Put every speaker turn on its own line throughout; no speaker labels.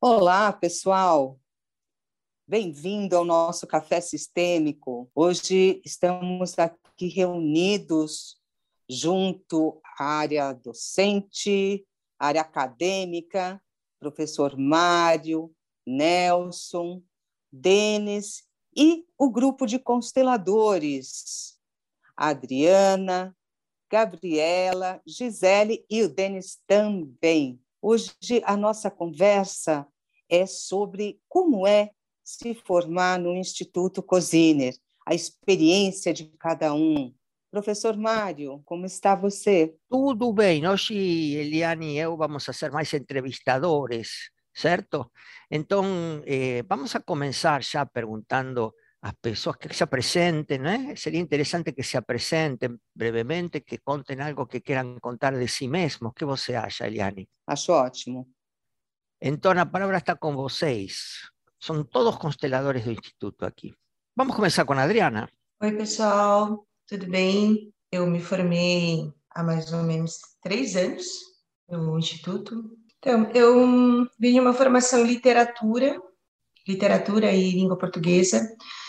Olá, pessoal! Bem-vindo ao nosso Café Sistêmico. Hoje estamos aqui reunidos junto à área docente, área acadêmica, professor Mário, Nelson, Denis e o grupo de consteladores, a Adriana, Gabriela, Gisele e o Denis também. Hoje a nossa conversa é sobre como é se formar no Instituto Cosiner, a experiência de cada um. Professor Mário, como está você?
Tudo bem, hoje Eliane e eu vamos a ser mais entrevistadores, certo? Então, vamos a começar já perguntando às pessoas que se apresentem, né? Seria interessante que se apresentem brevemente, que contem algo que queiram contar de si mesmos. O que você acha, Eliane?
Acho ótimo.
Então, a palavra está com vocês. São todos consteladores do Instituto aqui. Vamos começar com a Adriana.
Oi, pessoal, tudo bem? Eu me formei há mais ou menos 3 anos no Instituto. Então, eu vim de uma formação em literatura e língua portuguesa.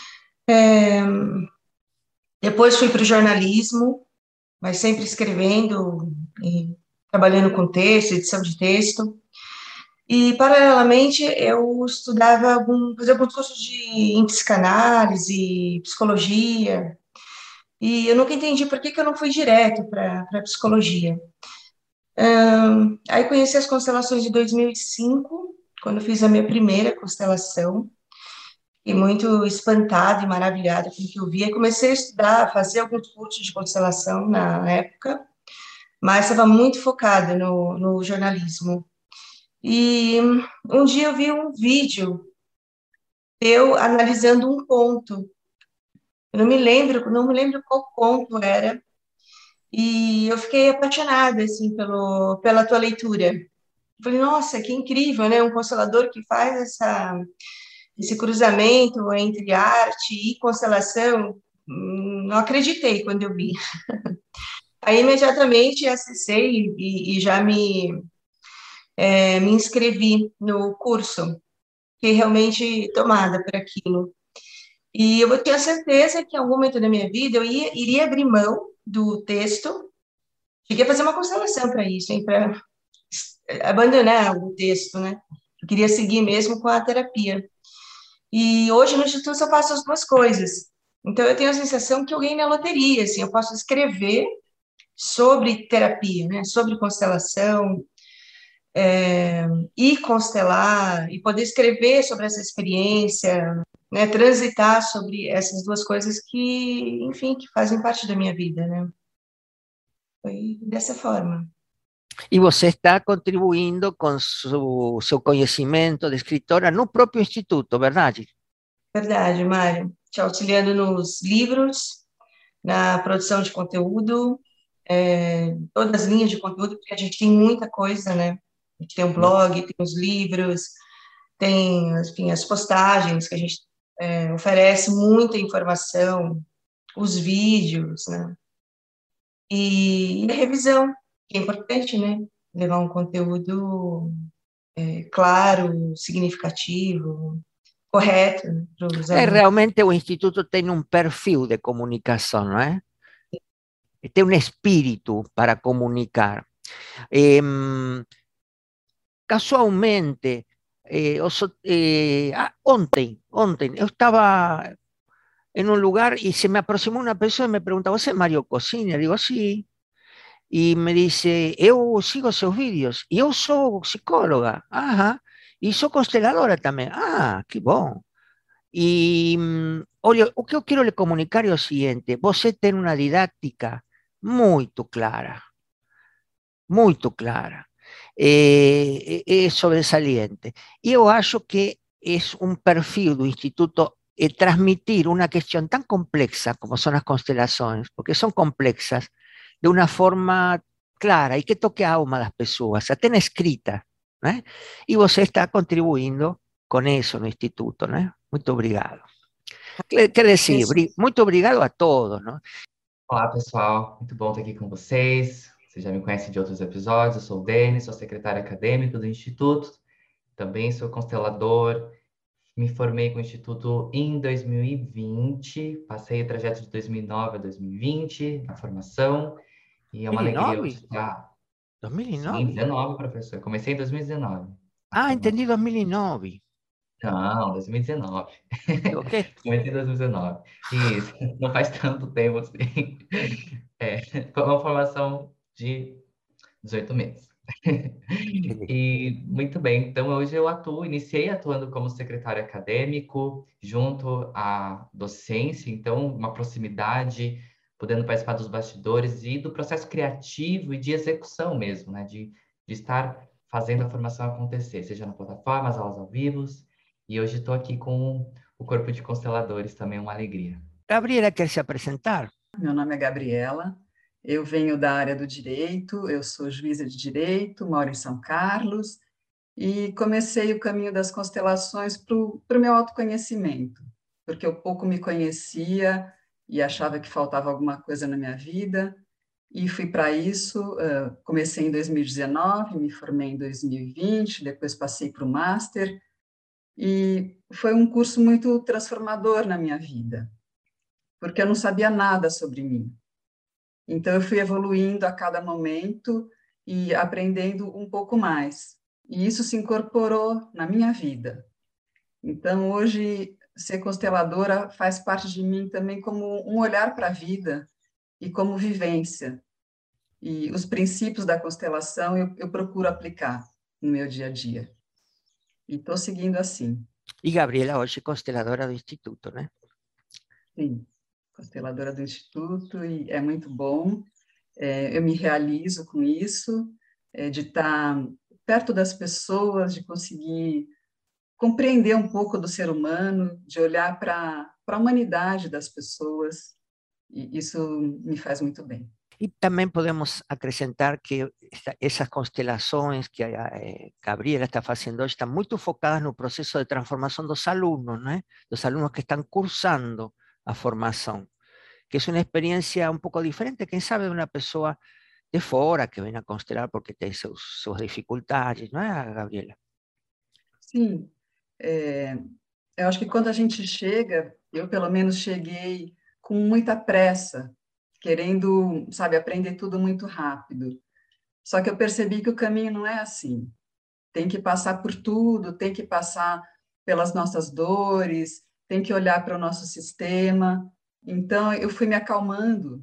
Depois fui para o jornalismo, mas sempre escrevendo e trabalhando com texto, edição de texto. E, paralelamente, eu fazia alguns cursos em psicanálise, psicologia. E eu nunca entendi por que que eu não fui direto para psicologia. Aí conheci as constelações de 2005, quando fiz a minha primeira constelação, e muito espantada e maravilhada com o que eu vi. Aí comecei a estudar, fazer alguns cursos de constelação na época, mas estava muito focada no jornalismo. E um dia eu vi um vídeo eu analisando um conto. Eu não me lembro qual conto era. E eu fiquei apaixonada, assim, pela tua leitura. Falei, nossa, que incrível, né? Um constelador que faz esse cruzamento entre arte e constelação. Não acreditei quando eu vi. Aí, imediatamente, acessei e já me inscrevi no curso. Fiquei realmente tomada por aquilo. E eu tinha certeza que em algum momento da minha vida eu iria abrir mão do texto. Cheguei a fazer uma constelação para isso, hein? Para abandonar o texto, né? Eu queria seguir mesmo com a terapia. E hoje no Instituto eu faço as duas coisas. Então eu tenho a sensação que eu ganhei na loteria, assim, eu posso escrever sobre terapia, né? Sobre constelação, e constelar, e poder escrever sobre essa experiência, né? Transitar sobre essas duas coisas que, enfim, que fazem parte da minha vida, né? Foi dessa forma.
E você está contribuindo com seu conhecimento de escritora no próprio Instituto, verdade?
Verdade, Mário. Te auxiliando nos livros, na produção de conteúdo, todas as linhas de conteúdo, porque a gente tem muita coisa, né? A gente tem um blog, tem os livros, tem, enfim, as postagens que a gente oferece muita informação, os vídeos, né? E a revisão, que é importante, né? Levar um conteúdo claro, significativo, correto, né, para os alunos.
Realmente o Instituto tem um perfil de comunicação, não é? Tem um espírito para comunicar. Casualmente, ontem, eu estava em um lugar e se me aproximou uma pessoa e me pergunta, ¿você es Mario Cosina? Digo, sí. E me disse, eu sigo seus vídeos. E eu sou psicóloga. Aham. E sou consteladora também. Ah, que bom. E, olha, o que eu quero lhe comunicar é o seguinte: você tem uma didática muito clara, muito clara. É sobresaliente. E eu acho que é um perfil do Instituto transmitir uma questão tão complexa como são as constelações, porque são complexas, de uma forma clara e que toque a alma das pessoas, até na escrita, né? E você está contribuindo com isso no Instituto, né? Muito obrigado. Quer dizer, muito obrigado a todos, não?
Olá, pessoal. Muito bom estar aqui com vocês. Vocês já me conhecem de outros episódios. Eu sou o Denis, sou secretário acadêmico do Instituto. também sou constelador, me formei com o Instituto em 2020, passei o trajeto de 2009 a 2020 na formação, e é uma alegria hoje
2009?
estar... Sim,
2009?
19, professor. Comecei em 2019 a
Ah, entendi
formação.
2009.
Não, 2019.
Digo, ¿qué?
Comecei em 2019. Isso, não faz tanto tempo assim. Foi uma formação de 18 meses. E muito bem, então hoje eu iniciei atuando como secretário acadêmico, junto à docência, então uma proximidade, podendo participar dos bastidores e do processo criativo e de execução mesmo, né? De estar fazendo a formação acontecer, seja na plataforma, as aulas ao vivo, e hoje estou aqui com o Corpo de Consteladores, também uma alegria.
Gabriela quer se apresentar.
Meu nome é Gabriela, eu venho da área do direito, eu sou juíza de direito, moro em São Carlos, e comecei o caminho das constelações para o meu autoconhecimento, porque eu pouco me conhecia e achava que faltava alguma coisa na minha vida, e fui para isso, comecei em 2019, me formei em 2020, depois passei para o Master, e foi um curso muito transformador na minha vida, porque eu não sabia nada sobre mim. Então, eu fui evoluindo a cada momento e aprendendo um pouco mais. E isso se incorporou na minha vida. Então, hoje, ser consteladora faz parte de mim também como um olhar para a vida e como vivência. E os princípios da constelação eu procuro aplicar no meu dia a dia. E estou seguindo assim.
E Gabriela hoje consteladora do Instituto, né?
Sim, consteladora do Instituto, e é muito bom. Eu me realizo com isso, de estar perto das pessoas, de conseguir compreender um pouco do ser humano, de olhar para a humanidade das pessoas, e isso me faz muito bem.
E também podemos acrescentar que essas constelações que a Gabriela está fazendo hoje estão muito focadas no processo de transformação dos alunos, né? Dos alunos que estão cursando a formação, que é uma experiência um pouco diferente, quem sabe, de uma pessoa de fora que vem a constelar porque tem suas dificuldades, não é, Gabriela?
Sim, eu acho que quando a gente chega, eu pelo menos cheguei com muita pressa, querendo, sabe, aprender tudo muito rápido. Só que eu percebi que o caminho não é assim. Tem que passar por tudo, tem que passar pelas nossas dores, tem que olhar para o nosso sistema. Então, eu fui me acalmando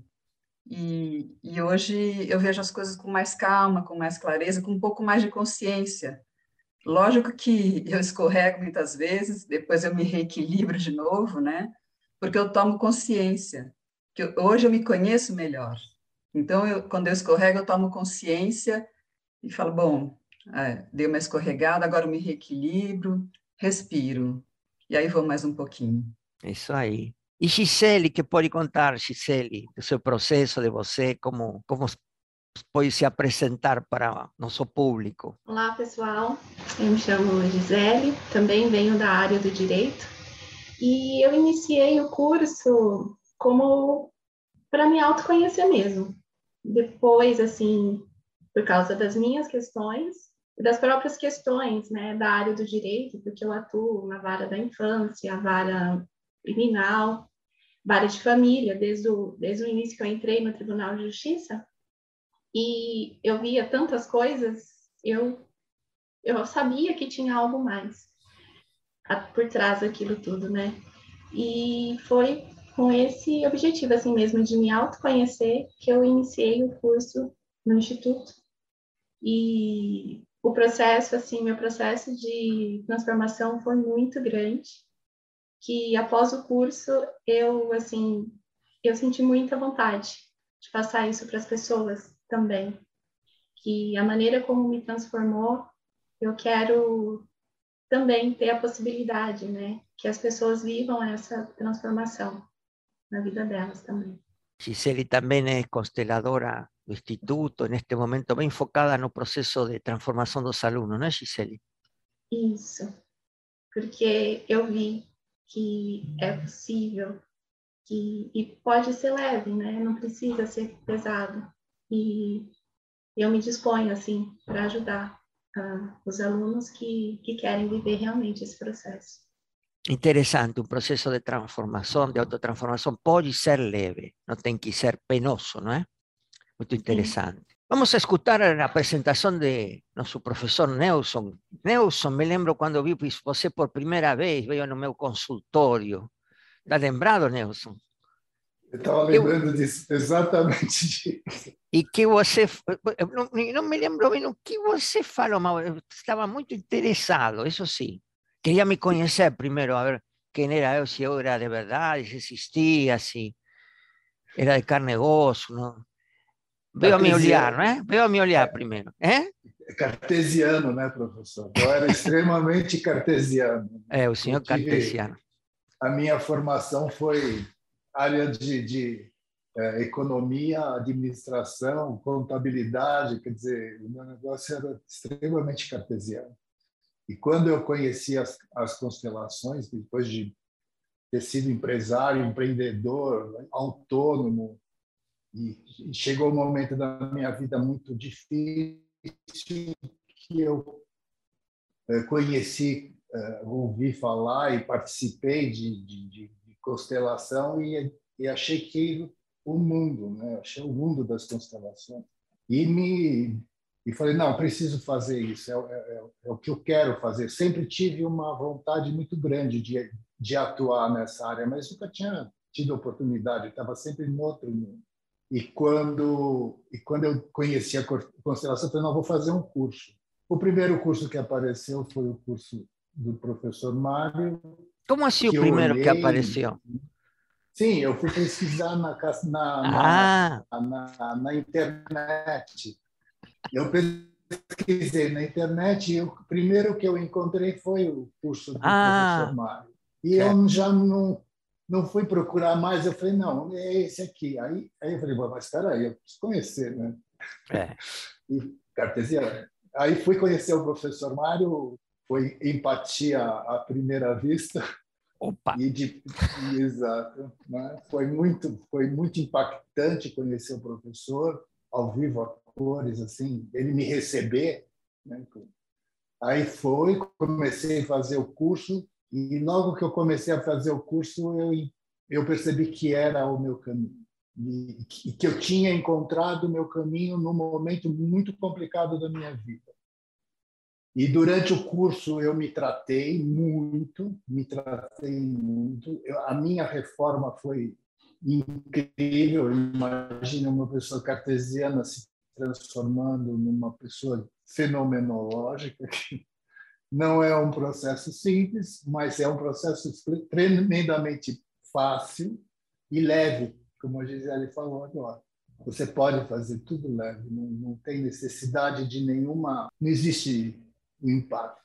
e hoje eu vejo as coisas com mais calma, com mais clareza, com um pouco mais de consciência. Lógico que eu escorrego muitas vezes, depois eu me reequilibro de novo, né? Porque eu tomo consciência, que hoje eu me conheço melhor. Então, quando eu escorrego, eu tomo consciência e falo, bom, dei uma escorregada, agora eu me reequilibro, respiro, e aí vou mais um pouquinho.
Isso aí. E Gisele, que pode contar, Gisele, do seu processo, de você, como pode se apresentar para nosso público?
Olá, pessoal. Eu me chamo Gisele, também venho da área do direito e eu iniciei o curso como para me autoconhecer mesmo. Depois, assim, por causa das minhas questões e das próprias questões, né, da área do direito, porque eu atuo na vara da infância, a vara criminal, vara de família, desde o início que eu entrei no Tribunal de Justiça, e eu via tantas coisas, eu sabia que tinha algo mais por trás daquilo tudo, né? E foi com esse objetivo, assim mesmo, de me autoconhecer, que eu iniciei o curso no Instituto. E o processo, assim, meu processo de transformação foi muito grande, que após o curso, eu senti muita vontade de passar isso para as pessoas também. Que a maneira como me transformou, eu quero também ter a possibilidade, né, que as pessoas vivam essa transformação na vida delas também.
Gisele também é consteladora do Instituto, neste momento bem focada no processo de transformação dos alunos, não é, Gisele?
Isso, porque eu vi que é possível e pode ser leve, né, não precisa ser pesado. E eu me disponho, assim, para ajudar os alunos que querem viver realmente esse processo.
Interessante, um processo de transformação, de autotransformação, pode ser leve, não tem que ser penoso, não é? Muito interessante. Sim. Vamos a escutar a apresentação de nosso professor Nelson. Nelson, me lembro quando vi você por primeira vez, veio no meu consultório. Está lembrado, Nelson?
Eu estava lembrando disso, exatamente disso.
E que você, não me lembro bem o que você falou, mas eu estava muito interessado, isso sim. Queria me conhecer primeiro, a ver quem era eu, se eu era de verdade, se existia, se era de carne e osso, não? Veio a me olhar, não é? Veio a me olhar primeiro. É
cartesiano, né, professor? Eu era extremamente cartesiano.
O senhor cartesiano.
A minha formação foi área de economia, administração, contabilidade, quer dizer, o meu negócio era extremamente cartesiano. E quando eu conheci as constelações, depois de ter sido empresário, empreendedor, autônomo, e chegou um momento da minha vida muito difícil que eu conheci, ouvi falar e participei de constelação e achei que o mundo, né? Achei o mundo das constelações. E falei, não, preciso fazer isso, é o que eu quero fazer. Sempre tive uma vontade muito grande de atuar nessa área, mas nunca tinha tido oportunidade, estava sempre em outro mundo. E quando eu conheci a constelação, eu falei, não, vou fazer um curso. O primeiro curso que apareceu foi o curso do professor Mário.
Como assim o primeiro que apareceu?
Sim, eu fui pesquisar na internet. Eu pesquisei na internet e o primeiro que eu encontrei foi o curso do professor Mário. E eu já não fui procurar mais, eu falei, não, é esse aqui. Aí eu falei, mas espera aí, eu preciso conhecer, né? E cartesiano. Aí fui conhecer o professor Mário, foi empatia à primeira vista.
Opa!
Exato. Né? Foi muito impactante conhecer o professor ao vivo, a cores, assim, ele me receber. Né? Aí comecei a fazer o curso, e logo que eu comecei a fazer o curso, eu percebi que era o meu caminho. E que eu tinha encontrado o meu caminho num momento muito complicado da minha vida. E durante o curso eu me tratei muito. A minha reforma foi incrível. Imagina uma pessoa cartesiana se transformando numa pessoa fenomenológica. Não é um processo simples, mas é um processo tremendamente fácil e leve, como a Gisele falou agora. Você pode fazer tudo leve, não tem necessidade de nenhuma... Não existe impacto.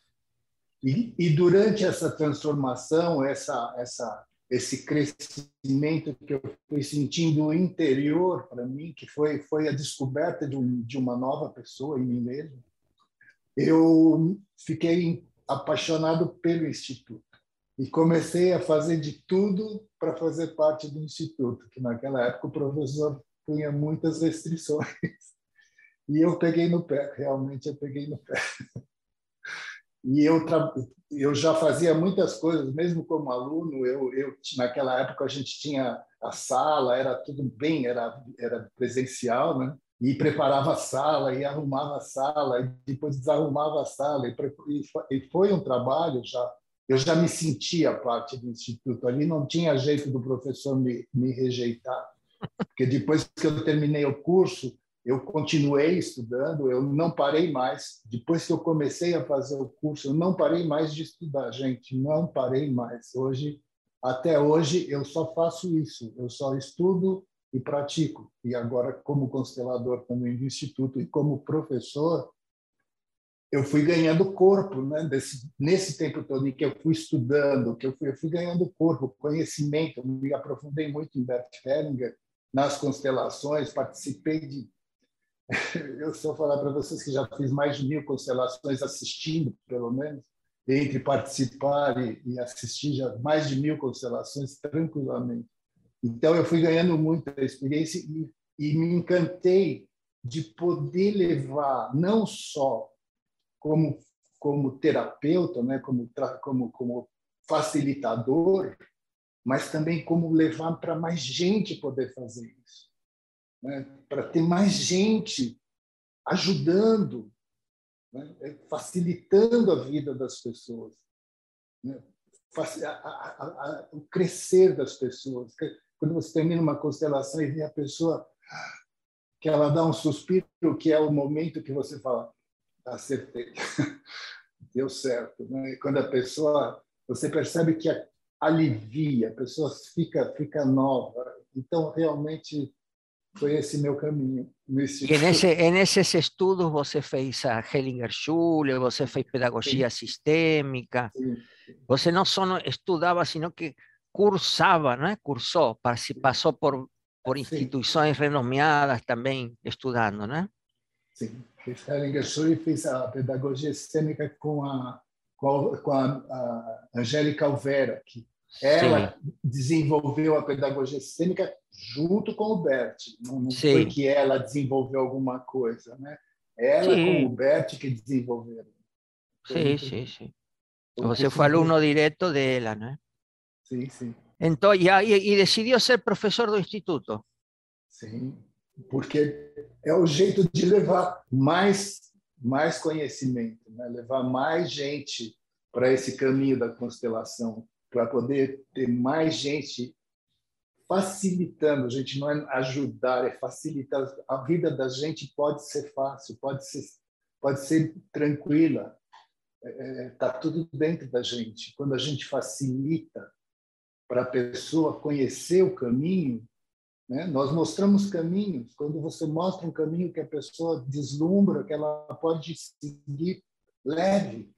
E durante essa transformação, esse crescimento que eu fui sentindo interior para mim, que foi a descoberta de uma nova pessoa em mim mesmo, eu fiquei apaixonado pelo Instituto e comecei a fazer de tudo para fazer parte do Instituto, que naquela época o professor tinha muitas restrições. E eu peguei no pé, realmente eu peguei no pé. E eu já fazia muitas coisas, mesmo como aluno. Naquela época a gente tinha a sala, era tudo bem, era presencial, né? E preparava a sala, e arrumava a sala, e depois desarrumava a sala. E foi um trabalho já. Eu já me sentia parte do Instituto. Ali não tinha jeito do professor me rejeitar. Porque depois que eu terminei o curso, eu continuei estudando, eu não parei mais. Depois que eu comecei a fazer o curso, eu não parei mais de estudar, gente, não parei mais. Até hoje, eu só faço isso, eu só estudo e pratico. E agora, como constelador também do Instituto e como professor, eu fui ganhando corpo, né? Nesse tempo todo em que eu fui estudando, que eu fui ganhando corpo, conhecimento. Eu me aprofundei muito em Bert Hellinger, nas constelações, participei de... Eu só falar para vocês que já fiz mais de 1000 constelações assistindo, pelo menos, entre participar e assistir já mais de 1000 constelações tranquilamente. Então eu fui ganhando muita experiência e me encantei de poder levar não só como terapeuta, né? como facilitador, mas também como levar para mais gente poder fazer isso, né? Para ter mais gente ajudando, né? Facilitando a vida das pessoas, né? O crescer das pessoas. Quando você termina uma constelação e vê a pessoa que ela dá um suspiro, que é o momento que você fala, acertei, deu certo, né? Quando a pessoa, você percebe que alivia, a pessoa fica nova. Então, realmente, foi esse meu caminho.
E nesses estudos você fez a Hellinger Schule, você fez pedagogia sistêmica,
Sim.
você não só estudava, sino que cursava, né? Cursou, passou por instituições renomeadas também estudando, né?
Sim, fiz Hellinger Schule e fiz a pedagogia sistêmica com a Angélica Alvera, que ela desenvolveu a pedagogia sistêmica junto com o Bert. Não foi que ela desenvolveu alguma coisa, né? Ela com o Bert que desenvolveram.
Sim. Você foi aluno direto dela, né?
Sim, sim.
Então, e decidiu ser professor do instituto?
Sim, porque é o jeito de levar mais conhecimento, né? Levar mais gente para esse caminho da constelação, para poder ter mais gente facilitando. A gente não é ajudar, é facilitar. A vida da gente pode ser fácil, pode ser tranquila. Está tudo dentro da gente. Quando a gente facilita para a pessoa conhecer o caminho, né? Nós mostramos caminhos. Quando você mostra um caminho que a pessoa deslumbra, que ela pode seguir leve.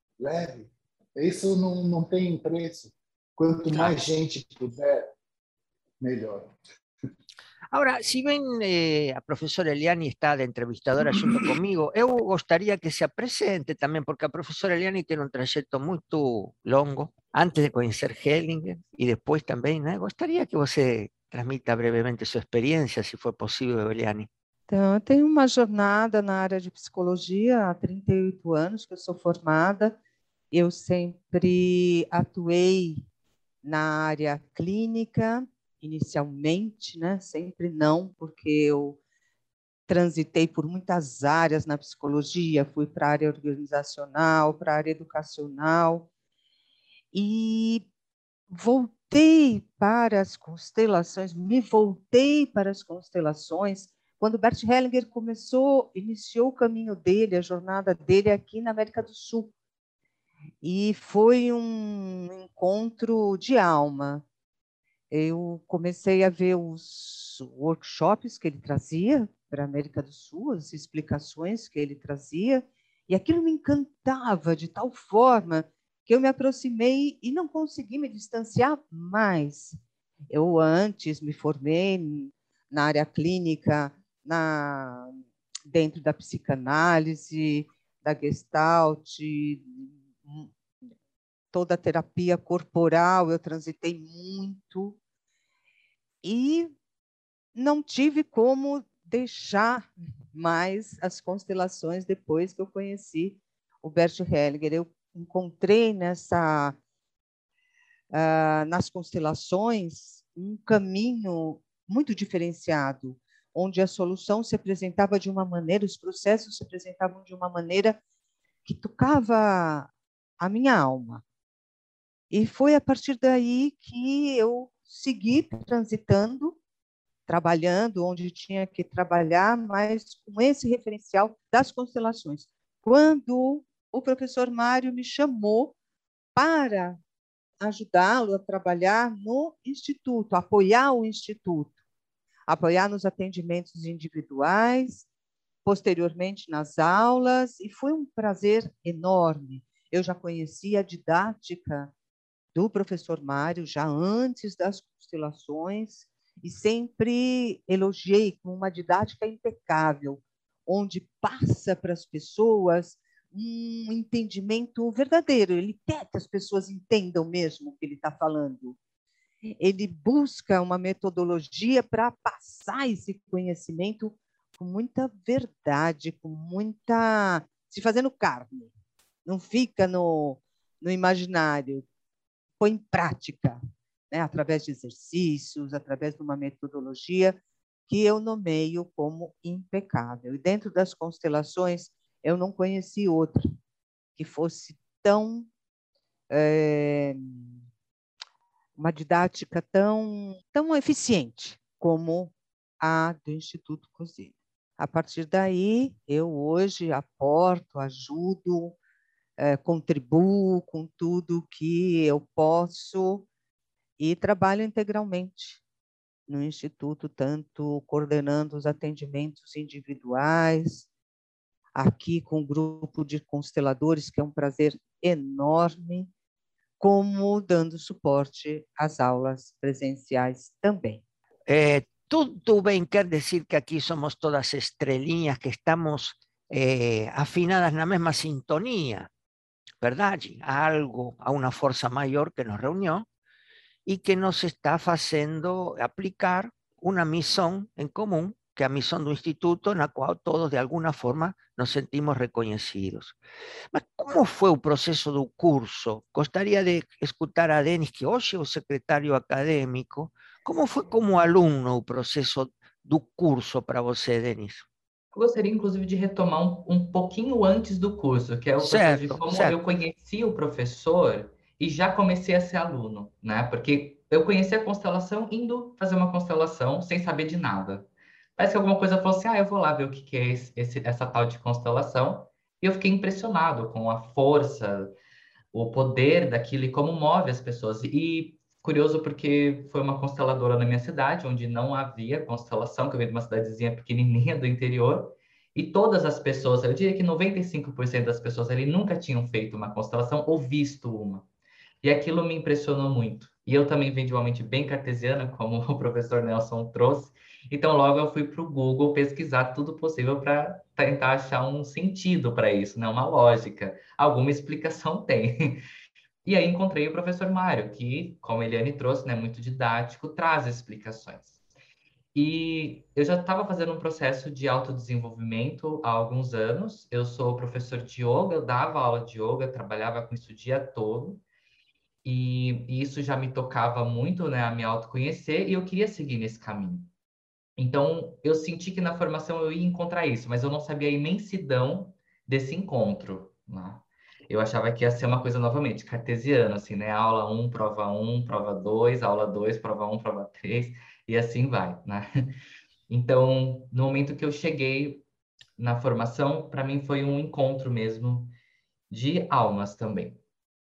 Isso não tem preço. Quanto mais gente puder, melhor.
Agora, si bem a professora Eliane está de entrevistadora junto comigo, eu gostaria que se apresente também, porque a professora Eliane tem um trajeto muito longo, antes de conhecer Hellinger e depois também, né? Gostaria que você transmita brevemente sua experiência, se for possível, Eliane.
Então, eu tenho uma jornada na área de psicologia há 38 anos que eu sou formada. Eu sempre atuei na área clínica, inicialmente, né? Sempre não, porque eu transitei por muitas áreas na psicologia, fui para a área organizacional, para a área educacional, e voltei para as constelações, me voltei para as constelações quando Bert Hellinger iniciou o caminho dele, a jornada dele aqui na América do Sul. E foi um encontro de alma. Eu comecei a ver os workshops que ele trazia para a América do Sul, as explicações que ele trazia, e aquilo me encantava de tal forma que eu me aproximei e não consegui me distanciar mais. Eu antes me formei na área clínica, dentro da psicanálise, da Gestalt, toda a terapia corporal, eu transitei muito e não tive como deixar mais as constelações depois que eu conheci o Bert Hellinger. Eu encontrei nas constelações um caminho muito diferenciado, onde a solução se apresentava de uma maneira, os processos se apresentavam de uma maneira que tocava a minha alma. E foi a partir daí que eu segui transitando, trabalhando onde tinha que trabalhar, mas com esse referencial das constelações. Quando o professor Mário me chamou para ajudá-lo a trabalhar no Instituto, apoiar o Instituto, apoiar nos atendimentos individuais, posteriormente nas aulas, e foi um prazer enorme. Eu já conhecia a didática do professor Mário, já antes das constelações, e sempre elogiei com uma didática impecável, onde passa para as pessoas um entendimento verdadeiro. Ele quer que as pessoas entendam mesmo o que ele está falando. Ele busca uma metodologia para passar esse conhecimento com muita verdade, com muita se fazendo carne, não fica no imaginário, põe em prática, né, através de exercícios, através de uma metodologia que eu nomeio como impecável. E dentro das constelações, eu não conheci outra que fosse tão... uma didática tão eficiente como a do Instituto Cosílio. A partir daí, eu hoje aporto, ajudo, contribuo com tudo que eu posso e trabalho integralmente no Instituto, tanto coordenando os atendimentos individuais, aqui com o grupo de consteladores, que é um prazer enorme, como dando suporte às aulas presenciais também.
Tudo bem quer decir que aquí somos todas estrelinhas, que estamos afinadas na mesma sintonía, ¿verdad? Há algo, há uma força maior que nos reunió y que nos está haciendo aplicar una misión en común, que é a misión do Instituto, na qual todos de alguna forma nos sentimos reconhecidos. Mas como foi o processo do curso? Gostaria de escutar a Denis, que hoje é o secretário acadêmico. Como foi como aluno o processo do curso para você, Denis?
Eu gostaria, inclusive, de retomar um pouquinho antes do curso, que é o processo de como eu conheci o professor e já comecei a ser aluno, né? Porque eu conheci a constelação indo fazer uma constelação sem saber de nada. Parece que alguma coisa falou assim, eu vou lá ver o que é essa tal de constelação. E eu fiquei impressionado com a força, o poder daquilo e como move as pessoas. E curioso porque foi uma consteladora na minha cidade, onde não havia constelação, que eu venho de uma cidadezinha pequenininha do interior, e todas as pessoas, eu diria que 95% das pessoas ali nunca tinham feito uma constelação ou visto uma. E aquilo me impressionou muito. E eu também venho de uma mente bem cartesiana, como o professor Nelson trouxe. Então, logo eu fui para o Google pesquisar tudo possível para tentar achar um sentido para isso, né? Uma lógica. Alguma explicação tem. E aí encontrei o professor Mário, que, como a Eliane trouxe, né, muito didático, traz explicações. E eu já estava fazendo um processo de autodesenvolvimento há alguns anos. Eu sou professor de yoga, eu dava aula de yoga, trabalhava com isso o dia todo. E isso já me tocava muito, né, a me autoconhecer, e eu queria seguir nesse caminho. Então, eu senti que na formação eu ia encontrar isso, mas eu não sabia a imensidão desse encontro, né? Eu achava que ia ser uma coisa novamente cartesiana, assim, né? Aula 1, prova 2, aula 2, prova 1, prova 3, e assim vai, né? Então, no momento que eu cheguei na formação, para mim foi um encontro mesmo de almas também,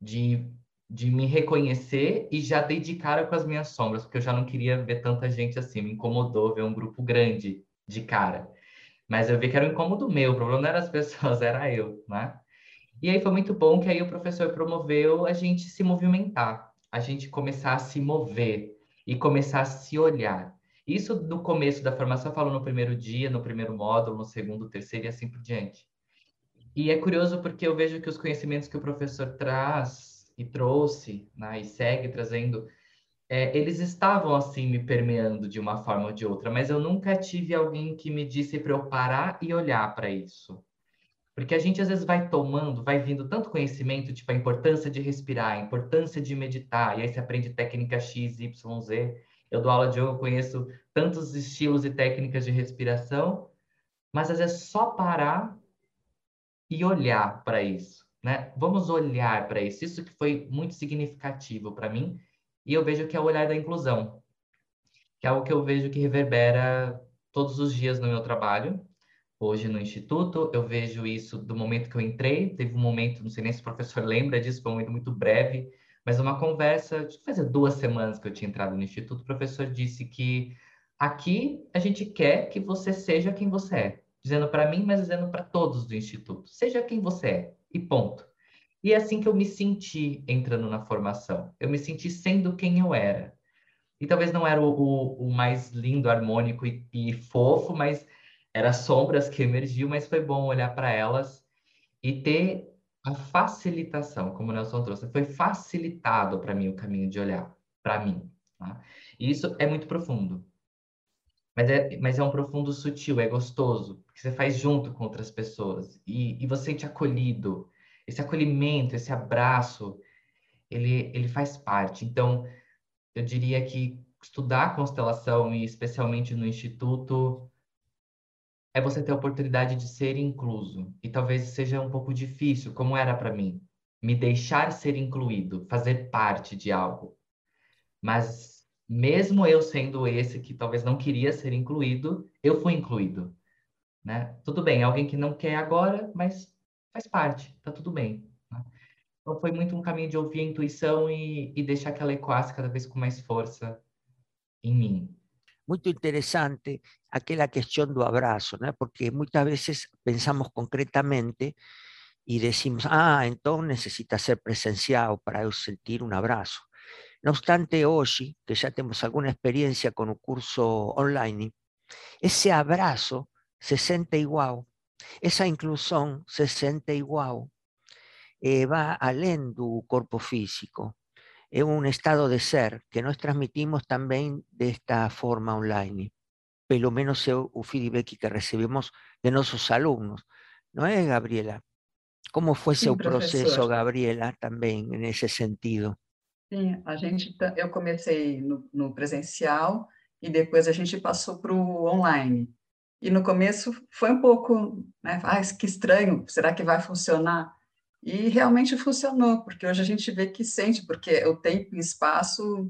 de me reconhecer e já dei de cara com as minhas sombras, porque eu já não queria ver tanta gente assim, me incomodou ver um grupo grande de cara. Mas eu vi que era um incômodo meu, o problema não era as pessoas, era eu, né? E aí foi muito bom que aí o professor promoveu a gente se movimentar, a gente começar a se mover e começar a se olhar. Isso no começo da formação, eu falo no primeiro dia, no primeiro módulo, no segundo, terceiro e assim por diante. E é curioso porque eu vejo que os conhecimentos que o professor traz e trouxe, né, e segue trazendo, eles estavam assim me permeando de uma forma ou de outra, mas eu nunca tive alguém que me disse para eu parar e olhar para isso. Porque a gente às vezes vai tomando, vai vindo tanto conhecimento, tipo a importância de respirar, a importância de meditar, e aí você aprende técnica X, Y, Z. Eu dou aula de yoga, eu conheço tantos estilos e técnicas de respiração, mas às vezes só parar e olhar para isso, né? Vamos olhar para isso. Isso que foi muito significativo para mim, e eu vejo que é o olhar da inclusão, que é algo que eu vejo que reverbera todos os dias no meu trabalho. Hoje no Instituto, eu vejo isso do momento que eu entrei. Teve um momento, não sei nem se o professor lembra disso, foi um momento muito breve, mas uma conversa, acho que fazia 2 semanas que eu tinha entrado no Instituto, o professor disse que aqui a gente quer que você seja quem você é. Dizendo para mim, mas dizendo para todos do Instituto. Seja quem você é, e ponto. E é assim que eu me senti entrando na formação. Eu me senti sendo quem eu era. E talvez não era o mais lindo, harmônico e fofo, mas era sombras que emergiam, mas foi bom olhar para elas e ter a facilitação, como o Nelson trouxe. Foi facilitado para mim o caminho de olhar para mim. Tá? E isso é muito profundo. mas é um profundo sutil, é gostoso, porque você faz junto com outras pessoas e você sente acolhido. Esse acolhimento, esse abraço, ele faz parte. Então, eu diria que estudar constelação, e especialmente no instituto, é você ter a oportunidade de ser incluso. E talvez seja um pouco difícil, como era para mim, me deixar ser incluído, fazer parte de algo. Mas mesmo eu sendo esse que talvez não queria ser incluído, eu fui incluído, né? Tudo bem, é alguém que não quer agora, mas faz parte, tá tudo bem, né? Então foi muito um caminho de ouvir a intuição e deixar que ela ecoasse cada vez com mais força em mim.
Muito interesante aquela questão do abraço, ¿no? Porque muchas veces pensamos concretamente y decimos, ah, entonces necesita ser presencial para yo sentir un abrazo. No obstante, hoy, que ya tenemos alguna experiencia con un curso online, ese abrazo se siente igual, esa inclusión se siente igual, va além do corpo físico. Es un estado de ser que nós transmitimos también de esta forma online. Pelo menos é o feedback que recebemos de nossos alunos. Não é, Gabriela? Como foi
Sim,
seu
professor.
processo, Gabriela, também nesse sentido?
Sim, eu comecei no presencial e depois a gente passou para o online. E no começo foi um pouco, né, que estranho, será que vai funcionar? E realmente funcionou, porque hoje a gente vê que sente, porque o tempo e espaço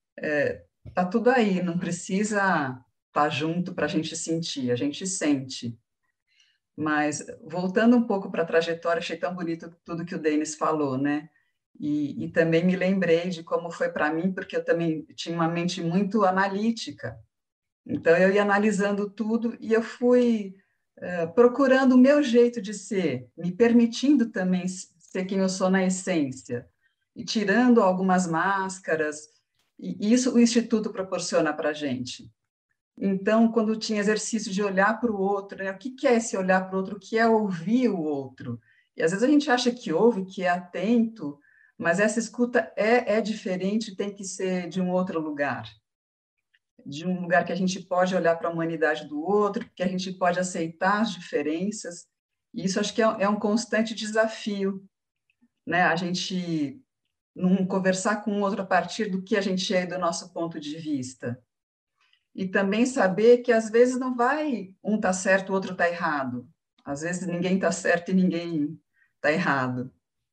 tá tudo aí, não precisa estar junto para a gente sentir, a gente sente. Mas voltando um pouco para a trajetória, achei tão bonito tudo que o Denis falou, né? E também me lembrei de como foi para mim, porque eu também tinha uma mente muito analítica. Então, eu ia analisando tudo e eu fui procurando o meu jeito de ser, me permitindo também ser quem eu sou na essência, e tirando algumas máscaras, e isso o Instituto proporciona para a gente. Então, quando tinha exercício de olhar para o outro, né, o que é esse olhar para o outro? O que é ouvir o outro? E às vezes a gente acha que ouve, que é atento, mas essa escuta é diferente, tem que ser de um outro lugar. De um lugar que a gente pode olhar para a humanidade do outro, que a gente pode aceitar as diferenças. E isso acho que é um constante desafio, né? A gente não conversar com o outro a partir do que a gente é e do nosso ponto de vista. E também saber que às vezes não vai um está certo, o outro está errado. Às vezes ninguém está certo e ninguém está errado.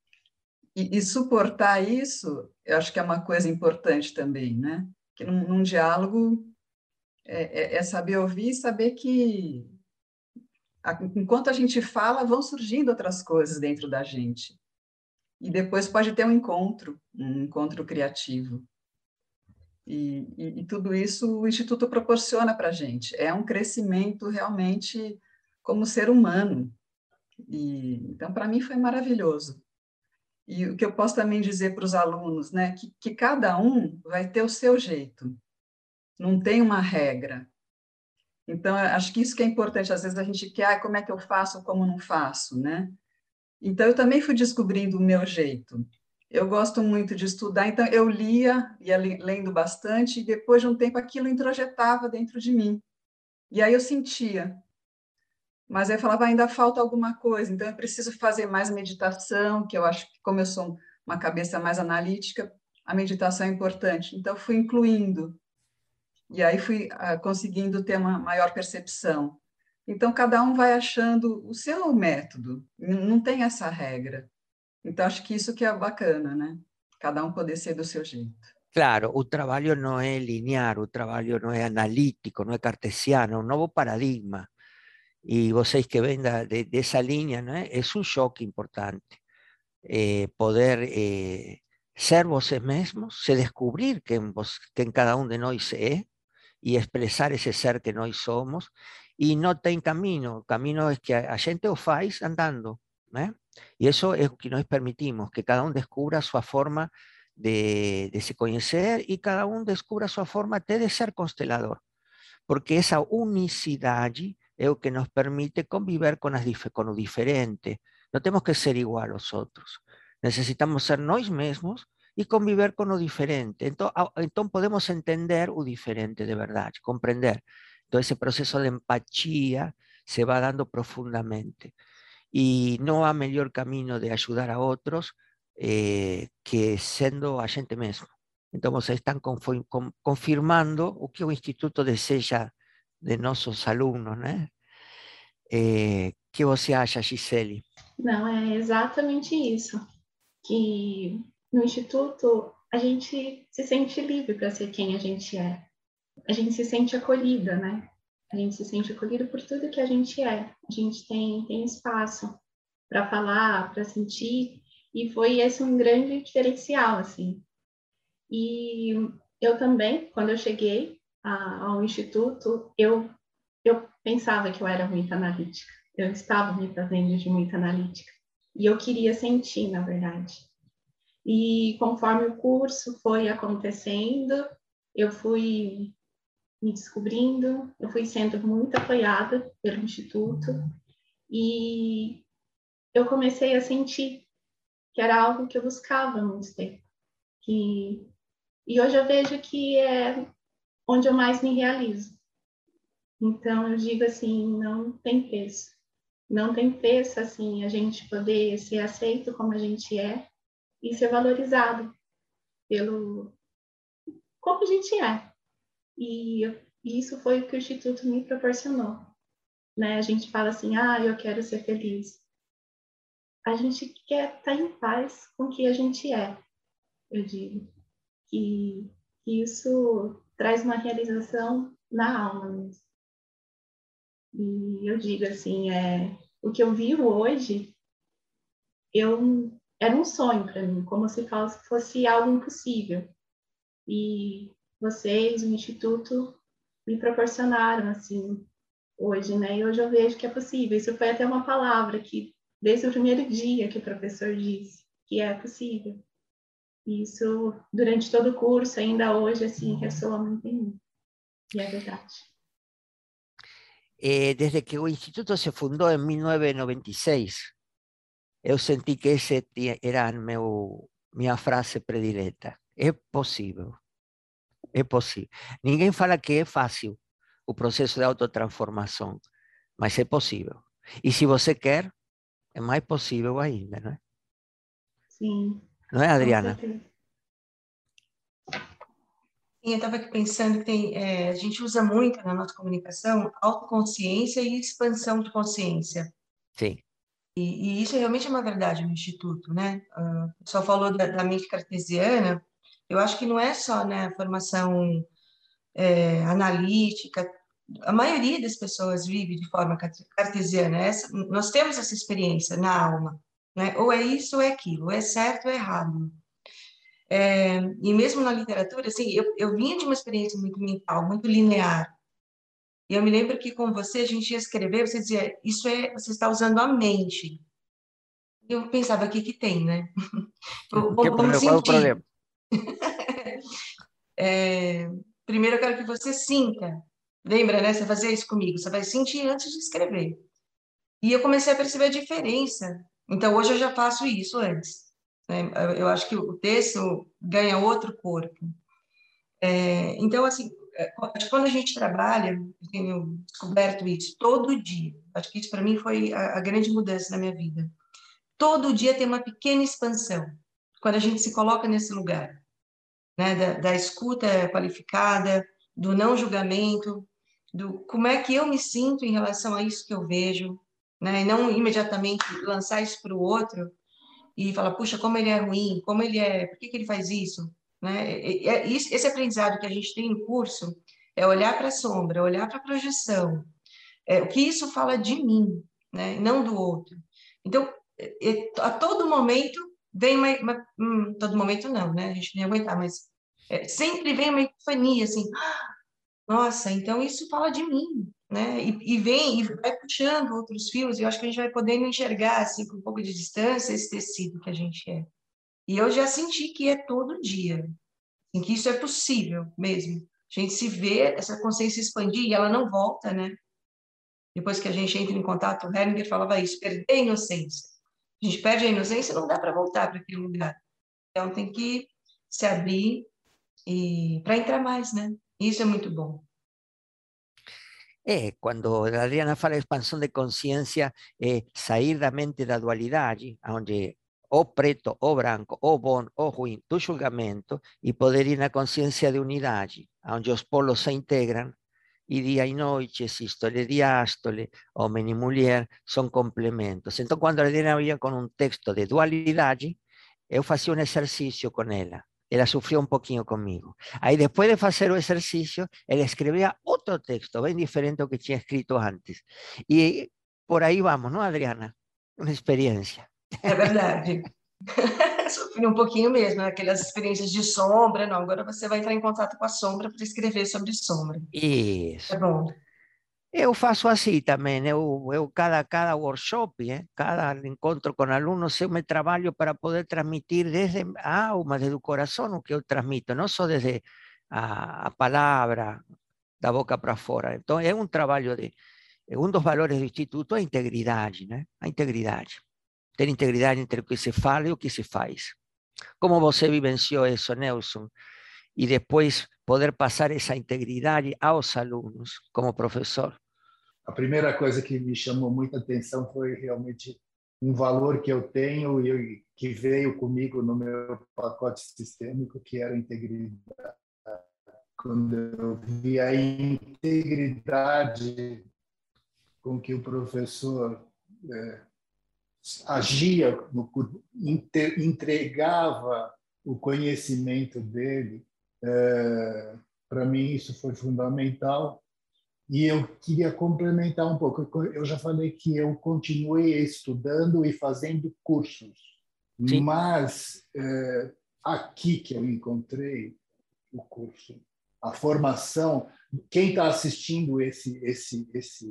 E suportar isso, eu acho que é uma coisa importante também, né? Que num diálogo é saber ouvir e saber que enquanto a gente fala, vão surgindo outras coisas dentro da gente. E depois pode ter um encontro criativo. E tudo isso o Instituto proporciona para a gente. É um crescimento realmente como ser humano. Então, para mim, foi maravilhoso. E o que eu posso também dizer para os alunos, né, que cada um vai ter o seu jeito. Não tem uma regra. Então, acho que isso que é importante. Às vezes a gente quer, como é que eu faço, como não faço, né? Então, eu também fui descobrindo o meu jeito. Eu gosto muito de estudar, então eu ia lendo bastante, e depois de um tempo aquilo introjetava dentro de mim. E aí eu sentia. Mas aí eu falava, ainda falta alguma coisa, então eu preciso fazer mais meditação, que eu acho que, como eu sou uma cabeça mais analítica, a meditação é importante. Então, eu fui incluindo. E aí fui conseguindo ter uma maior percepção. Então, cada um vai achando o seu método, não tem essa regra. Então, acho que isso que é bacana, né? Cada um poder ser do seu jeito.
Claro, o trabalho não é linear, o trabalho não é analítico, não é cartesiano, é um novo paradigma. E vocês que vêm dessa linha, né, é um choque importante. Poder ser vocês mesmos, se descobrir quem cada um de nós é, e expressar esse ser que nós somos, e não tem caminho. O caminho é que a gente o faz andando, né? E isso é o que nós permitimos, que cada um descubra a sua forma de se conhecer e cada um descubra a sua forma até de ser constelador, porque essa unicidade é o que nos permite conviver com o diferente. Não temos que ser igual aos outros. Necesitamos ser nós mesmos e conviver com o diferente. Então podemos entender o diferente de verdade, compreender. Entonces ese proceso de empatía se va dando profundamente. Y no há melhor camino de ayudar a otros que sendo a gente mesmo. Então, vocês estão confirmando o que o Instituto deseja de nossos alunos, né? Que você acha, Gisele?
Não, é exatamente isso. Que no Instituto a gente se sente livre para ser quem a gente é. A gente se sente acolhida, né? A gente se sente acolhido por tudo que a gente é. A gente tem espaço para falar, para sentir, e foi esse um grande diferencial, assim. E eu também, quando eu cheguei ao Instituto, eu pensava que eu era muito analítica. Eu estava me fazendo de muito analítica. E eu queria sentir, na verdade. E conforme o curso foi acontecendo, eu fui me descobrindo, eu fui sendo muito apoiada pelo Instituto e eu comecei a sentir que era algo que eu buscava há muito tempo. E hoje eu vejo que é onde eu mais me realizo. Então, eu digo assim, não tem preço. Não tem preço, assim, a gente poder ser aceito como a gente é e ser valorizado como a gente é. E isso foi o que o Instituto me proporcionou. Né? A gente fala assim, eu quero ser feliz. A gente quer estar em paz com o que a gente é. Eu digo que isso traz uma realização na alma mesmo. E eu digo assim, o que eu vivo hoje, era um sonho para mim, como se fosse algo impossível. E vocês, o Instituto, me proporcionaram, assim, hoje, né? E hoje eu vejo que é possível. Isso foi até uma palavra que, desde o primeiro dia que o professor disse, que é possível. E isso, durante todo o curso, ainda hoje, assim, ressoa muito em mim. E é verdade.
Desde que o Instituto se fundou em 1996, eu senti que essa era minha frase predileta. É possível. É possível. Ninguém fala que é fácil o processo de autotransformação, mas é possível. E se você quer, é mais possível ainda, não é?
Sim.
Não é, Adriana?
Com certeza.
Sim, eu estava aqui pensando que a gente usa muito na nossa comunicação autoconsciência e expansão de consciência.
Sim.
E isso realmente é uma verdade no Instituto, né? O pessoal falou da mente cartesiana, eu acho que não é só, né, a formação analítica, a maioria das pessoas vive de forma cartesiana. Nós temos essa experiência na alma, né? Ou é isso ou é aquilo, ou é certo ou é errado. E mesmo na literatura, assim, eu vinha de uma experiência muito mental, muito linear. E eu me lembro que com você, a gente ia escrever, você dizia, você está usando a mente. E eu pensava, o que tem, né? Vamos
Qual é o
sentir.
problema?
Primeiro eu quero que você sinta. Lembra, né? Você fazia isso comigo. Você vai sentir antes de escrever. E eu comecei a perceber a diferença. Então, hoje eu já faço isso antes, né? Eu acho que o texto ganha outro corpo. Então, assim, acho que quando a gente trabalha, eu tenho descoberto isso todo dia. Acho que isso, para mim, foi a grande mudança na minha vida. Todo dia tem uma pequena expansão, quando a gente se coloca nesse lugar, né? Da escuta qualificada, do não julgamento, do como é que eu me sinto em relação a isso que eu vejo, né? E não imediatamente lançar isso para o outro e falar, puxa, como ele é ruim, como ele é, por que ele faz isso? Né? Esse aprendizado que a gente tem no curso é olhar para a sombra, olhar para a projeção, o que isso fala de mim, né? Não do outro. Então, a todo momento vem todo momento não, né? A gente nem aguentar, mas sempre vem uma epifania, assim, nossa, então isso fala de mim, né? E vem e vai puxando outros fios, e eu acho que a gente vai podendo enxergar, assim, com um pouco de distância, esse tecido que a gente é. E eu já senti que é todo dia, em que isso é possível mesmo. A gente se vê, essa consciência expandir, e ela não volta, né? Depois que a gente entra em contato, o Hellinger falava isso, perder a inocência. A gente perde a inocência, não dá para voltar para aquele lugar. Então tem que se abrir e para entrar mais, né? Isso é muito bom.
Quando a Adriana fala de expansão de consciência, é sair da mente da dualidade, onde ou preto, ou branco, ou bom, ou ruim, do julgamento, e poder ir na consciência de unidade, onde os polos se integram, e dia e noite, sístole e diástole, homem e mulher, são complementos. Então, quando a Adriana vinha com um texto de dualidade, eu fazia um exercício com ela. Ela sofreu um pouquinho comigo. Aí, depois de fazer o exercício, ela escrevia outro texto, bem diferente do que tinha escrito antes. E por aí vamos, não, Adriana? Uma experiência.
É verdade. Sofri um pouquinho mesmo, aquelas experiências de sombra. Não, agora você vai entrar em contato com a sombra para escrever sobre sombra.
Isso.
É bom.
Eu faço assim também, cada workshop, cada encontro com alunos, eu me trabalho para poder transmitir desde a alma, desde o coração, o que eu transmito, não só desde a palavra, da boca para fora. Então, é um trabalho um dos valores do Instituto é a integridade, né? A integridade. Ter integridade entre o que se fala e o que se faz. Como você vivenciou isso, Nelson? E depois poder passar essa integridade aos alunos, como professor.
A primeira coisa que me chamou muita atenção foi realmente um valor que eu tenho e que veio comigo no meu pacote sistêmico, que era a integridade. Quando eu vi a integridade com que o professor agia, entregava o conhecimento dele, para mim isso foi fundamental. E eu queria complementar um pouco. Eu já falei que eu continuei estudando e fazendo cursos,
Sim.
Mas aqui que eu encontrei o curso, a formação. Quem está assistindo esse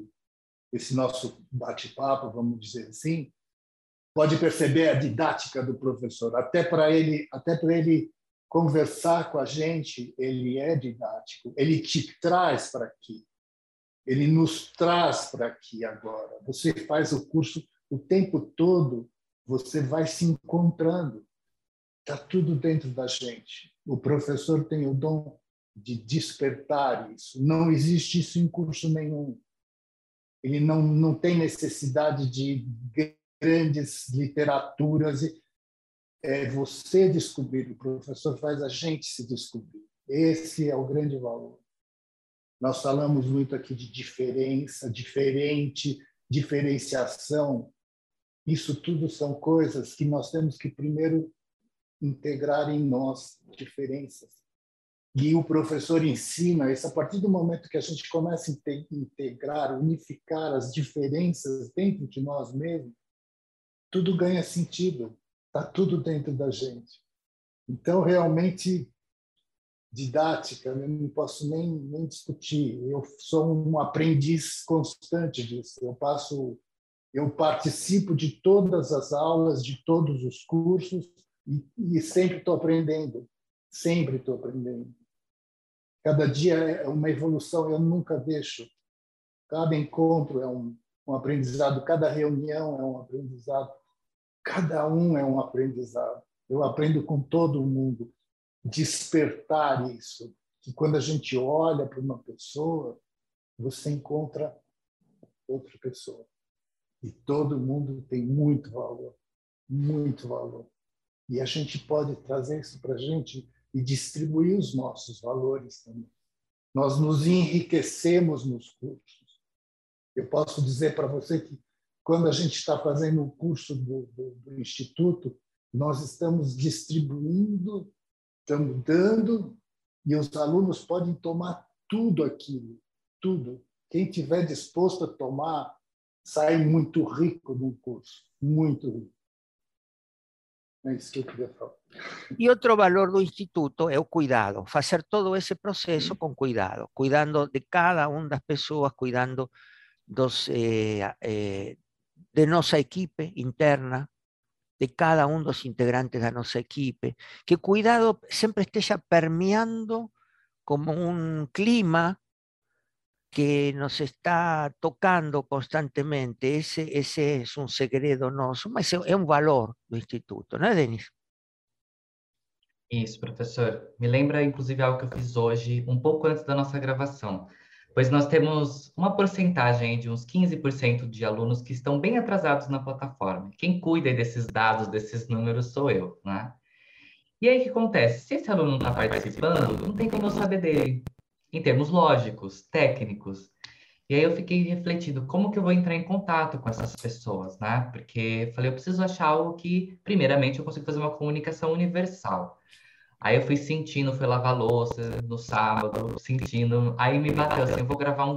nosso bate-papo, vamos dizer assim, pode perceber a didática do professor. Até para ele conversar com a gente, ele é didático. Ele te traz para aqui. Ele nos traz para aqui agora. Você faz o curso o tempo todo, você vai se encontrando. Está tudo dentro da gente. O professor tem o dom de despertar isso. Não existe isso em curso nenhum. Ele não tem necessidade de grandes literaturas. É você descobrir. O professor faz a gente se descobrir. Esse é o grande valor. Nós falamos muito aqui de diferença, diferente, diferenciação. Isso tudo são coisas que nós temos que primeiro integrar em nós, diferenças. E o professor ensina isso a partir do momento que a gente começa a integrar, unificar as diferenças dentro de nós mesmos, tudo ganha sentido, está tudo dentro da gente. Então, realmente, didática, eu não posso nem discutir. Eu sou um aprendiz constante disso. Eu participo de todas as aulas, de todos os cursos e sempre estou aprendendo. Sempre estou aprendendo. Cada dia é uma evolução, eu nunca deixo. Cada encontro é um aprendizado, cada reunião é um aprendizado, cada um é um aprendizado. Eu aprendo com todo mundo. Despertar isso, que quando a gente olha para uma pessoa, você encontra outra pessoa. E todo mundo tem muito valor, muito valor. E a gente pode trazer isso para a gente e distribuir os nossos valores também. Nós nos enriquecemos nos cursos. Eu posso dizer para você que quando a gente está fazendo o curso do Instituto, nós estamos distribuindo, estamos dando, e os alunos podem tomar tudo aquilo, tudo. Quem estiver disposto a tomar, sai muito rico do curso, muito rico. É isso que eu queria falar.
E outro valor do Instituto é o cuidado, fazer todo esse processo com cuidado, cuidando de cada uma das pessoas, cuidando de nossa equipe interna, de cada um dos integrantes da nossa equipe, que cuidado sempre esteja permeando como um clima que nos está tocando constantemente. Esse é um segredo nosso, mas é um valor do Instituto, não é, Denis?
Isso, professor. Me lembra, inclusive, algo que eu fiz hoje, um pouco antes da nossa gravação. pois nós temos uma porcentagem de uns 15% de alunos que estão bem atrasados na plataforma. Quem cuida desses dados, desses números, sou eu, né? E aí o que acontece? Se esse aluno não está participando, não tem como eu saber dele, em termos lógicos, técnicos. E aí eu fiquei refletindo, como que eu vou entrar em contato com essas pessoas, né? Porque falei, eu preciso achar algo que, primeiramente, eu consigo fazer uma comunicação universal. Aí eu fui sentindo, fui lavar louça no sábado, sentindo. Aí me bateu assim, eu vou gravar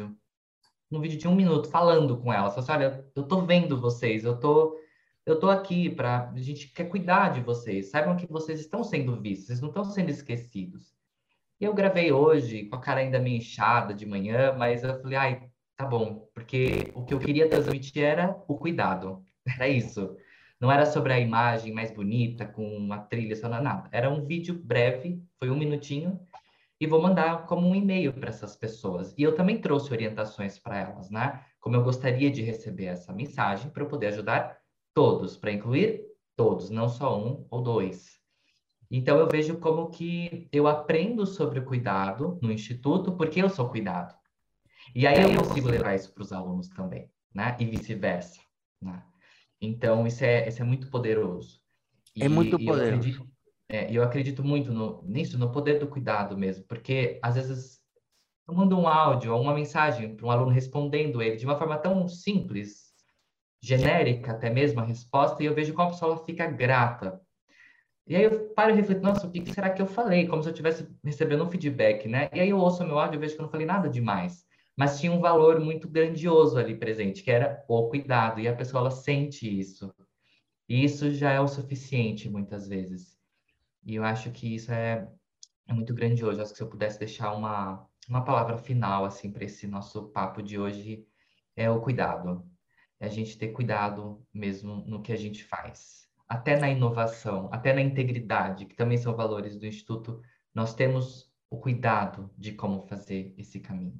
um vídeo de 1 minuto, falando com elas. Falei assim, olha, eu tô vendo vocês, eu tô aqui para a gente quer cuidar de vocês. Saibam que vocês estão sendo vistos, vocês não estão sendo esquecidos. E eu gravei hoje com a cara ainda meio inchada de manhã, mas eu falei, ai, tá bom, porque o que eu queria transmitir era o cuidado. Era isso. Não era sobre a imagem mais bonita, com uma trilha sonora, nada. Era um vídeo breve, foi 1 minutinho, e vou mandar como um e-mail para essas pessoas. E eu também trouxe orientações para elas, né? Como eu gostaria de receber essa mensagem para eu poder ajudar todos, para incluir todos, não só um ou dois. Então eu vejo como que eu aprendo sobre o cuidado no instituto porque eu sou cuidado. E aí eu consigo levar isso para os alunos também, né? E vice-versa, né? Então isso é muito poderoso.
É muito
E
poderoso.
eu acredito muito nisso, no poder do cuidado mesmo, porque às vezes eu mando um áudio ou uma mensagem para um aluno respondendo ele de uma forma tão simples, genérica até mesmo a resposta, e eu vejo como a pessoa fica grata. E aí eu paro e reflito, nossa, o que será que eu falei? Como se eu estivesse recebendo um feedback, né? E aí eu ouço o meu áudio e vejo que eu não falei nada demais. Mas tinha um valor muito grandioso ali presente, que era o cuidado. E a pessoa, ela sente isso. E isso já é o suficiente, muitas vezes. E eu acho que isso é muito grandioso. Acho que se eu pudesse deixar uma palavra final, assim, para esse nosso papo de hoje, é o cuidado. É a gente ter cuidado mesmo no que a gente faz. Até na inovação, até na integridade, que também são valores do Instituto, nós temos o cuidado de como fazer esse caminho.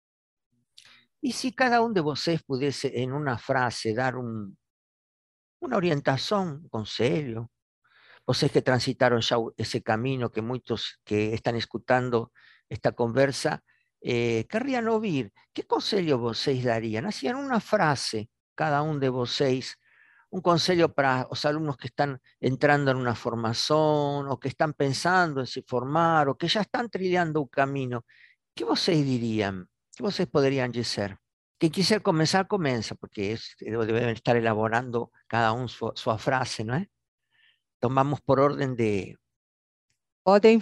Y si cada uno de vocês pudiese en una frase dar una orientación, un consejo, vocês que transitaron ya ese camino, que muchos que están escuchando esta conversa querrían oír, ¿qué consejo vocês darían? Hacían una frase, cada uno de vocês, un consejo para los alumnos que están entrando en una formación o que están pensando en se formar o que ya están trilhando un camino. ¿Qué vocês dirían? ¿Qué vocês podrían decir? Quien quiser comenzar, comienza, porque deben estar elaborando cada uno su frase, ¿no es? Tomamos por ordem de...
Podem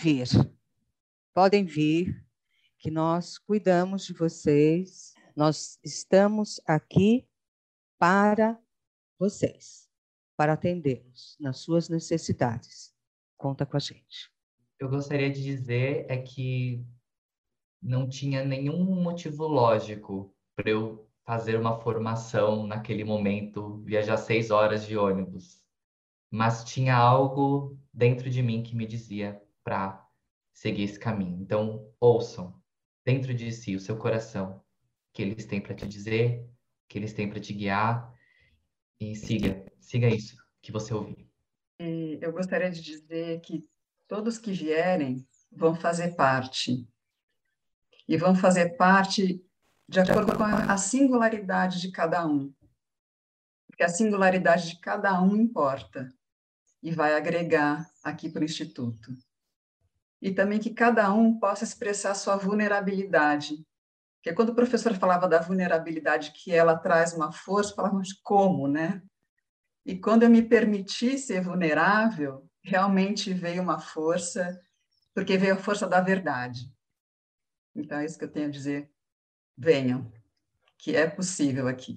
vir, que nós cuidamos de vocês, nós estamos aqui para vocês, para atendê-los nas suas necessidades. Conta com a gente.
Eu gostaria de dizer é que não tinha nenhum motivo lógico para eu fazer uma formação naquele momento, viajar 6 horas de ônibus. Mas tinha algo dentro de mim que me dizia para seguir esse caminho. Então, ouçam dentro de si o seu coração, que eles têm para te dizer, que eles têm para te guiar, e siga isso que você ouvir.
E eu gostaria de dizer que todos que vierem vão fazer parte. E vão fazer parte de acordo com a singularidade de cada um. Porque a singularidade de cada um importa e vai agregar aqui para o Instituto. E também que cada um possa expressar a sua vulnerabilidade. Porque quando o professor falava da vulnerabilidade, que ela traz uma força, falávamos como, né? E quando eu me permiti ser vulnerável, realmente veio uma força, porque veio a força da verdade. Então, é isso que eu tenho a dizer. Venham, que é possível aqui.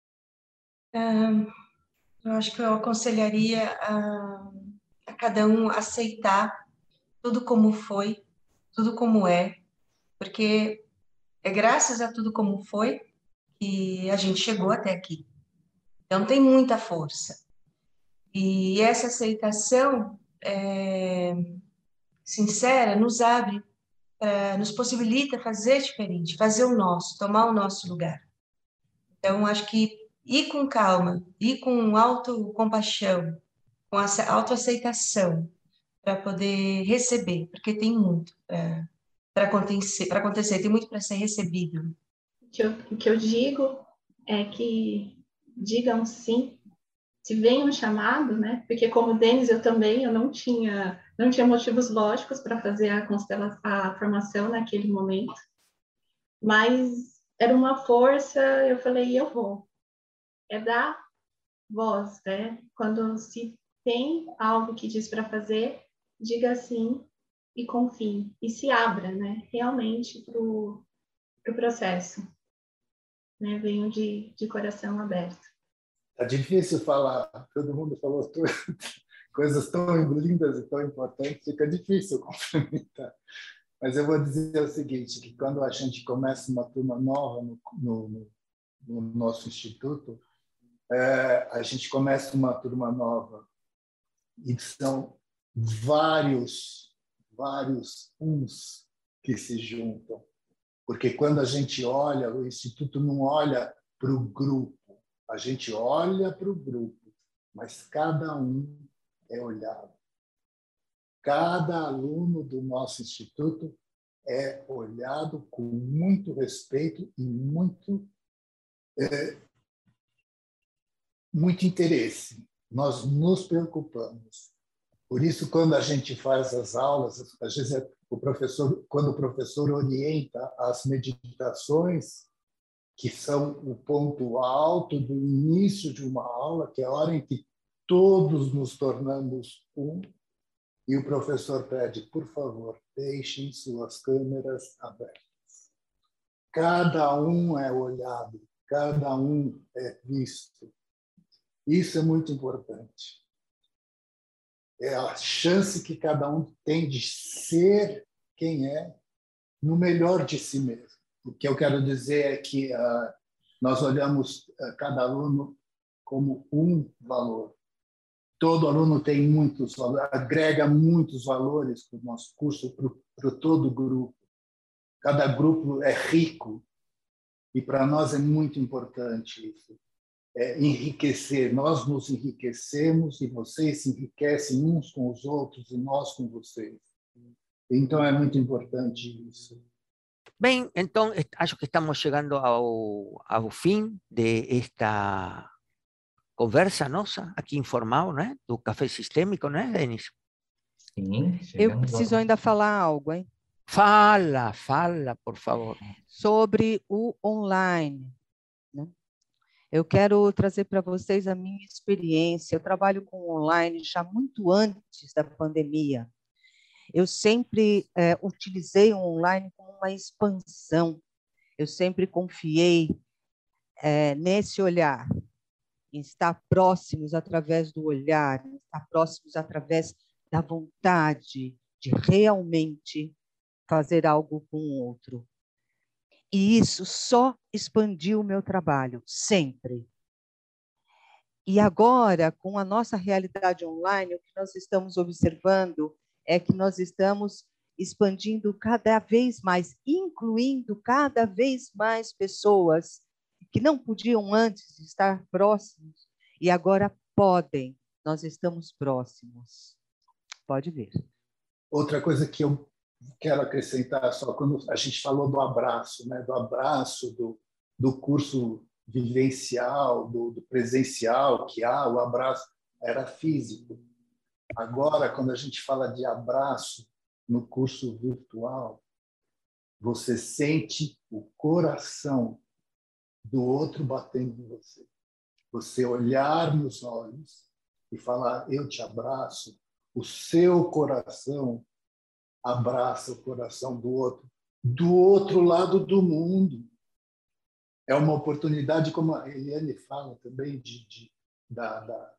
Eu acho que eu aconselharia a cada um aceitar tudo como foi, tudo como é, porque é graças a tudo como foi que a gente chegou até aqui. Então, tem muita força. E essa aceitação sincera nos abre, nos possibilita fazer diferente, fazer o nosso, tomar o nosso lugar. Então, acho que ir com calma, ir com autocompaixão, com essa autoaceitação, para poder receber, porque tem muito para para acontecer, tem muito para ser recebido.
O que eu digo é que digam sim, se vem um chamado, né? Porque como o Denis, eu não tinha motivos lógicos para fazer a formação naquele momento, mas era uma força, eu falei, eu vou. É dar voz, né? Quando se tem algo que diz para fazer, diga sim e confie, e se abra, né? Realmente para o processo, né? Venho de coração aberto.
É difícil falar, todo mundo falou coisas tão lindas e tão importantes, fica difícil complementar. Mas eu vou dizer o seguinte, que quando a gente começa uma turma nova no nosso instituto, a gente começa uma turma nova e são vários uns que se juntam. Porque quando a gente olha, o instituto não olha para o grupo, a gente olha para o grupo, mas cada um é olhado. Cada aluno do nosso instituto é olhado com muito respeito e muito interesse. Nós nos preocupamos. Por isso, quando a gente faz as aulas, às vezes quando o professor orienta as meditações, que são o ponto alto do início de uma aula, que é a hora em que todos nos tornamos um, e o professor pede, por favor, deixem suas câmeras abertas. Cada um é olhado, cada um é visto. Isso é muito importante. É a chance que cada um tem de ser quem é no melhor de si mesmo. O que eu quero dizer é que nós olhamos cada aluno como um valor. Todo aluno tem muitos valores, agrega muitos valores para o nosso curso, para todo o grupo. Cada grupo é rico e para nós é muito importante isso. Enriquecer, nós nos enriquecemos e vocês se enriquecem uns com os outros e nós com vocês. Então é muito importante isso.
Bem, então acho que estamos chegando ao fim desta conversa nossa aqui informal, né, do Café Sistêmico, né, Denis?
Sim,
Eu preciso ainda falar algo, hein?
Fala, por favor.
Sobre o online, né? Eu quero trazer para vocês a minha experiência. Eu trabalho com online já muito antes da pandemia. Eu sempre utilizei o online como uma expansão. Eu sempre confiei nesse olhar, em estar próximos através do olhar, em estar próximos através da vontade de realmente fazer algo com o outro. E isso só expandiu o meu trabalho, sempre. E agora, com a nossa realidade online, o que nós estamos observando é que nós estamos expandindo cada vez mais, incluindo cada vez mais pessoas que não podiam antes estar próximos e agora podem. Nós estamos próximos. Pode ver.
Outra coisa que eu quero acrescentar, só quando a gente falou do abraço, né? Do abraço, do curso vivencial, do presencial, que o abraço era físico. Agora, quando a gente fala de abraço no curso virtual, você sente o coração do outro batendo em você. Você olhar nos olhos e falar, eu te abraço, o seu coração abraça o coração do outro lado do mundo. É uma oportunidade, como a Eliane fala também, da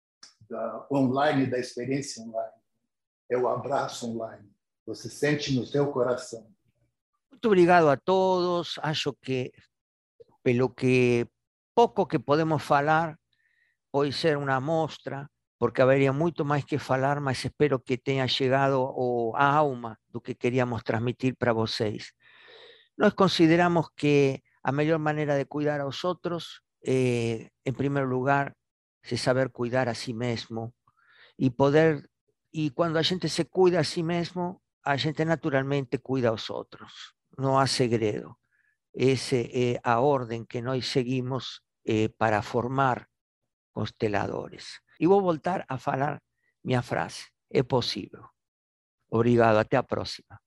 online, da experiência online. É o abraço online. Você sente no seu coração.
Muito obrigado a todos. Acho que pelo que pouco que podemos falar pode ser uma amostra, porque haveria muito mais que falar, mas espero que tenha chegado a alma do que queríamos transmitir para vocês. Nós consideramos que a melhor maneira de cuidar aos outros é, em primeiro lugar, se saber cuidar a si mesmo e quando a gente se cuida a si mesmo, a gente naturalmente cuida aos outros, não há segredo. Essa é a ordem que nós seguimos para formar consteladores. E vou voltar a falar minha frase. É possível. Obrigado, até a próxima.